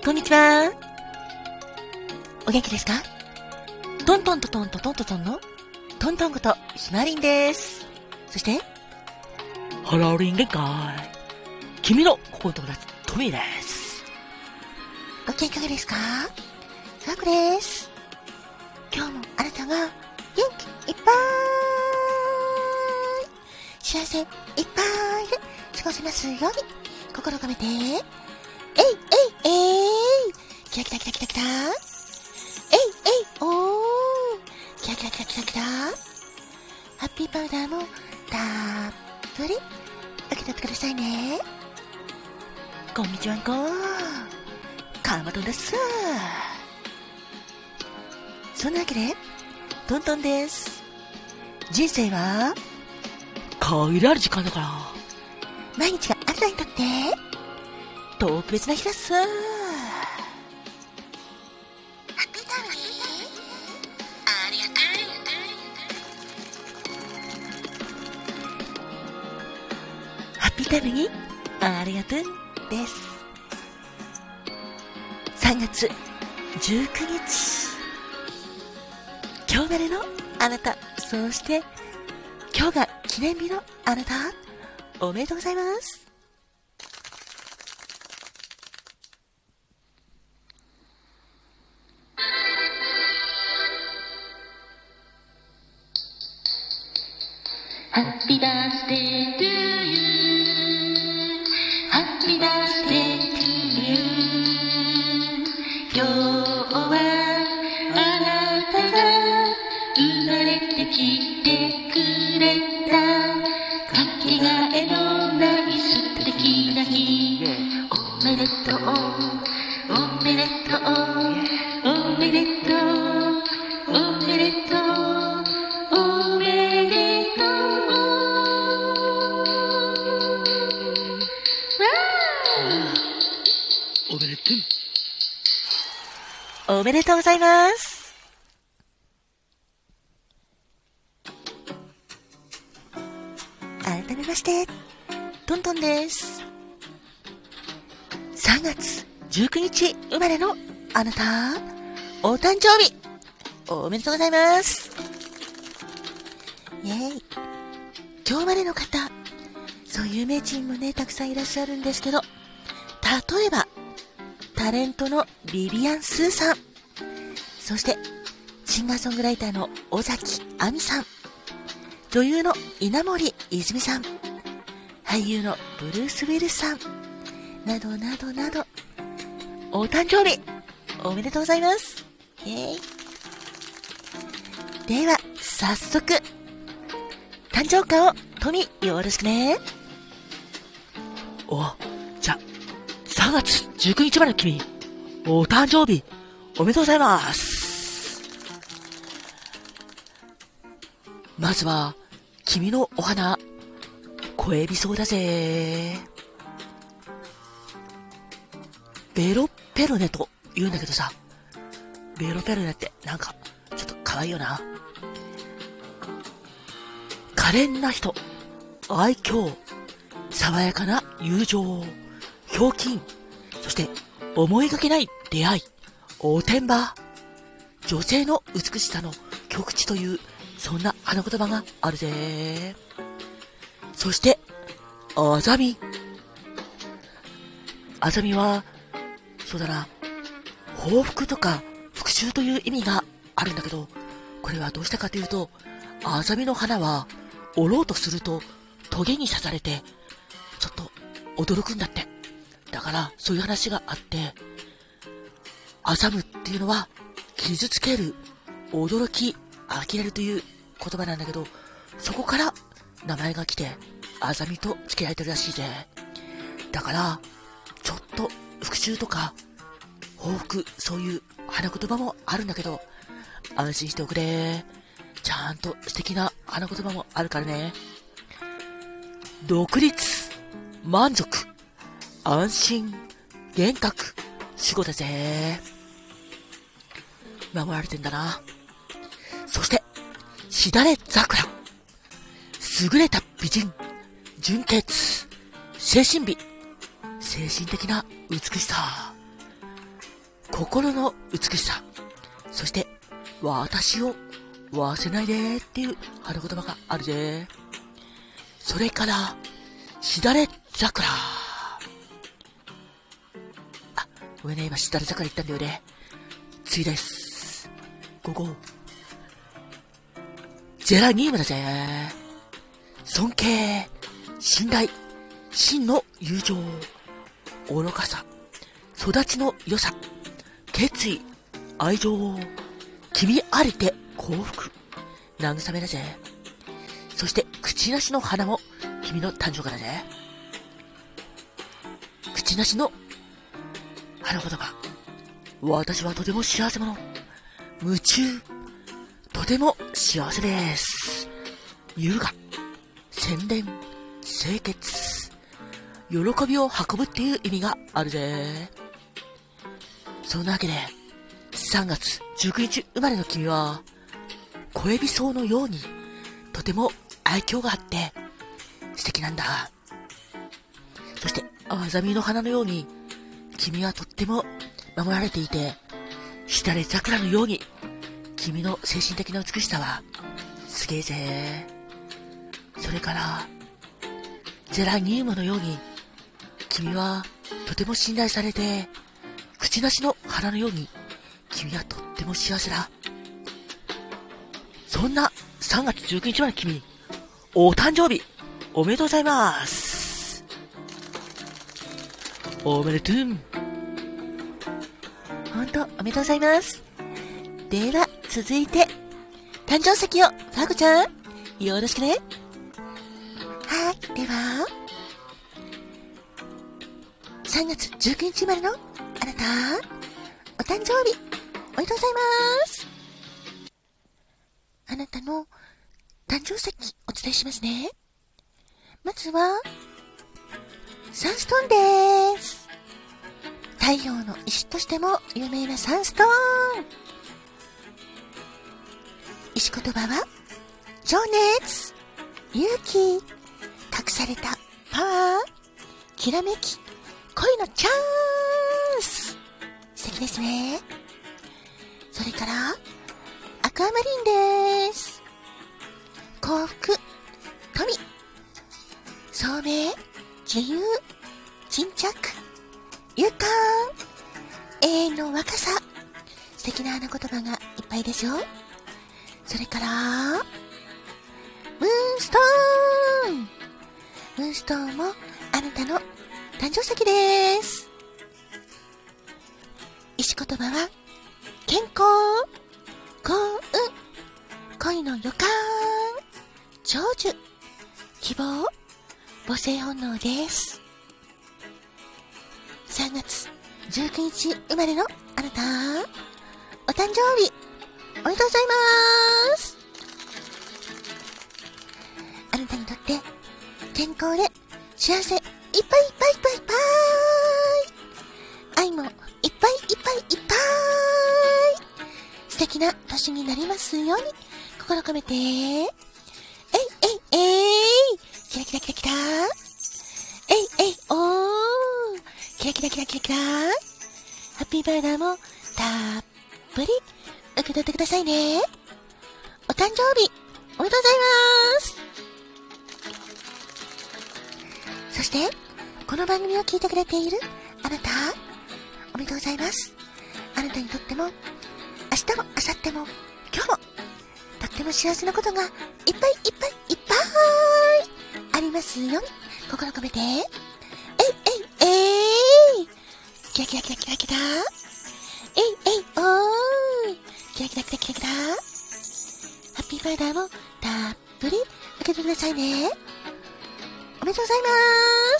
こんにちは。お元気ですか？トントントトントトントトンのトントンことひまりんです。そしてハローリン限界、君の心の友達トミーです。ご機嫌いかがですか？さくです。今日もあなたが元気いっぱい、幸せいっぱいで過ごせますように心を込めて、えいえいえい、キラキラキラキラキラ、えいえいおー、キラキラキラキラキラ、ハッピーパウダーもたっぷり受け取ってくださいね。こんにちはんこ、かまどんです。そんなわけでトントンです。人生は限られる時間だから、毎日があなたにとって特別な日です。ハッピータイムにありがとう。ハッピータイムにありがとうです。3月19日、今日までのあなた、そして今日が記念日のあなた、おめでとうございます。 ハッピーバースデートゥーユー、ハッピーバースデートゥーユー。今日はあなたが生まれてきてくれた、かけがえのない素敵な日。おめでとう、おめでとう、おめでとう、おめでとう、おめでとう。 おめでとう。おめでとうございます。改めまして、トントンです。3月19日生まれのあなた、お誕生日おめでとうございます。イェイ。今日までの方、そういう有名人もね、たくさんいらっしゃるんですけど、例えばタレントのビビアン・スーさん、そしてシンガーソングライターの尾崎亜美さん、女優の稲森泉さん、俳優のブルース・ウィルスさんなどなどなど、お誕生日おめでとうございます。では早速誕生花をトミよろしくね。じゃあ3月19日までの君、お誕生日おめでとうございます。まずは君のお花、小エビそうだぜ。ベロペロネと言うんだけどさ、ベロペロネってなんかちょっと可愛いよな。可憐な人、愛嬌、爽やかな友情、ひょうきん、そして思いがけない出会い、おてんば、女性の美しさの極致という、そんな花言葉があるぜ。そしてあざみ。あざみはそうだな、報復とか復讐という意味があるんだけど、これはどうしたかというと、アザミの花は折ろうとするとトゲに刺されてちょっと驚くんだって。だからそういう話があって、アザムっていうのは傷つける、驚き、呆れるという言葉なんだけど、そこから名前が来てアザミと付けられてるらしいぜ。だからちょっと復讐とか報復、そういう花言葉もあるんだけど、安心しておくれ。ちゃんと素敵な花言葉もあるからね。独立、満足、安心、幻覚、守護だぜ。守られてんだな。そしてしだれ桜、優れた美人、純潔、精神美、精神的な美しさ、 心の美しさ、そして私を忘れないでっていう花言葉があるぜ。それからしだれ桜。ごめんね、今しだれ桜言ったんだよね。次です。ゴゴジェラニウムだぜ。尊敬、信頼、真の友情、愚かさ、育ちの良さ、決意、愛情、君ありて幸福、慰めだぜ。そして口なしの花も君の誕生からだぜ。口なしの花言葉、私はとても幸せ者、夢中、とても幸せです。優雅、洗練、清潔、喜びを運ぶっていう意味があるぜ。そんなわけで3月19日生まれの君は小エビ草のようにとても愛嬌があって素敵なんだ。そしてアザミの花のように君はとっても守られていて、しだれ桜のように君の精神的な美しさはすげえぜ。それからゼラニウムのように君はとても信頼されて、口なしの花のように君はとっても幸せだ。そんな3月19日まで君、お誕生日おめでとうございます。おめでとう。ほんとおめでとうございます。では続いて誕生石をファコちゃんよろしくね。はい、では3月19日生まれのあなた、お誕生日おめでとうございます。あなたの誕生石お伝えしますね。まずはサンストーンです。太陽の石としても有名なサンストーン。石言葉は情熱、勇気、隠されたパワー、きらめき、恋のチャンス。素敵ですね。それからアクアマリンです。幸福、富、聡明、自由、沈着、勇敢、永遠の若さ。素敵な花言葉がいっぱいですよ。それからムーンストーン。ムーンストーンもあなたの誕生石です。石言葉は健康、幸運、恋の予感、長寿、希望、母性本能です。3月19日生まれのあなた、お誕生日おめでとうございます。あなたにとって健康で幸せいっぱいいっぱいいっぱいいっぱい、愛もいっぱいいっぱいいっぱい、素敵な年になりますように心込めて、えいえいえい、キラキラキラキラ、えいえいおー、キラキラキラキラキラ、ハッピーバーダーもたっぷり受け取ってくださいね。お誕生日おめでとうございます。そしてこの番組を聞いてくれているあなた、おめでとうございます。あなたにとっても明日も明後日も今日もとっても幸せなことがいっぱいいっぱいいっぱいありますように心込めて、えいえいえい、キラキラキラキラキラ、えいえいおー、キラキラキラキラキラ、ハッピーバーダーもたっぷり受け取ってくださいね。おめでとうございます。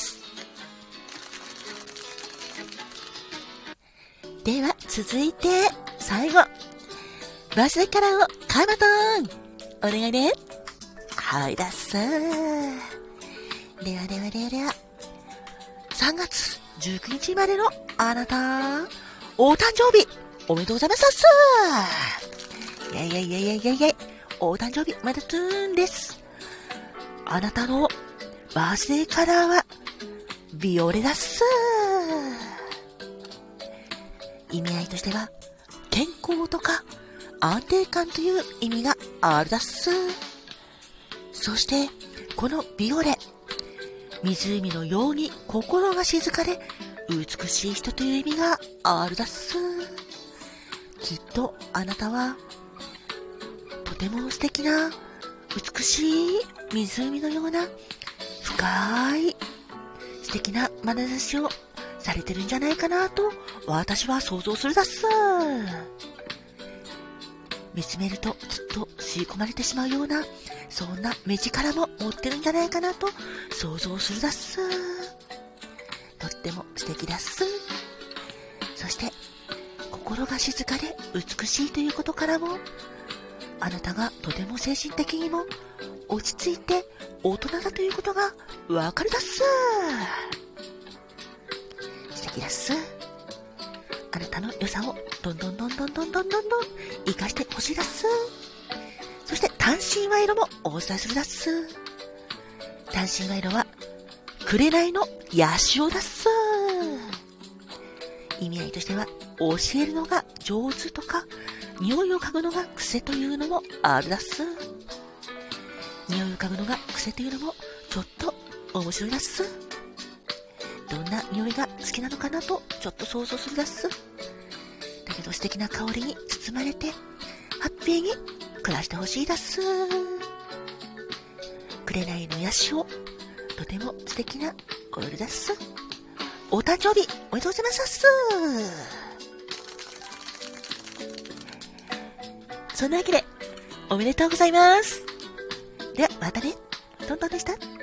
では続いて最後、バースデーカラーをカーマトンお願いね。はいだっす。では3月19日までのあなた、お誕生日おめでとうございますっす。イェイイェイイェイイェイイェイイェイ、お誕生日おめでとうんです。あなたのバースデーカラーはビオレだっす。 意味合いとしては、健康とか安定感という意味があるだっす。そして、このビオレ、湖のように心が静かで美しい人という意味があるだっす。きっとあなたは、とても素敵な、美しい湖のような、深い、素敵な眼差しをされてるんじゃないかなと、私は想像するだっす。見つめるときっと吸い込まれてしまうような、そんな目力も持ってるんじゃないかなと想像するだっす。とっても素敵だっす。そして心が静かで美しいということからも、あなたがとても精神的にも落ち着いて大人だということがわかるだっす。素敵だっす。あなたの良さをどんどん生かしてほしいだっす。そして単身賄賂もお伝えするだっす。単身賄賂は紅のヤシオだっす。意味合いとしては、教えるのが上手とか、匂いを嗅ぐのが癖というのもあるだっす。匂いを嗅ぐのが癖というのもちょっと面白いだっす。どんな匂いが好きなのかなとちょっと想像するだっす。だけど素敵な香りに包まれてハッピーに暮らしてほしいだっす。紅のヤシオ、とても素敵なオイルだっす。お誕生日おめでとうございますっす。そんなわけでおめでとうございます。ではまたね。トントンでした。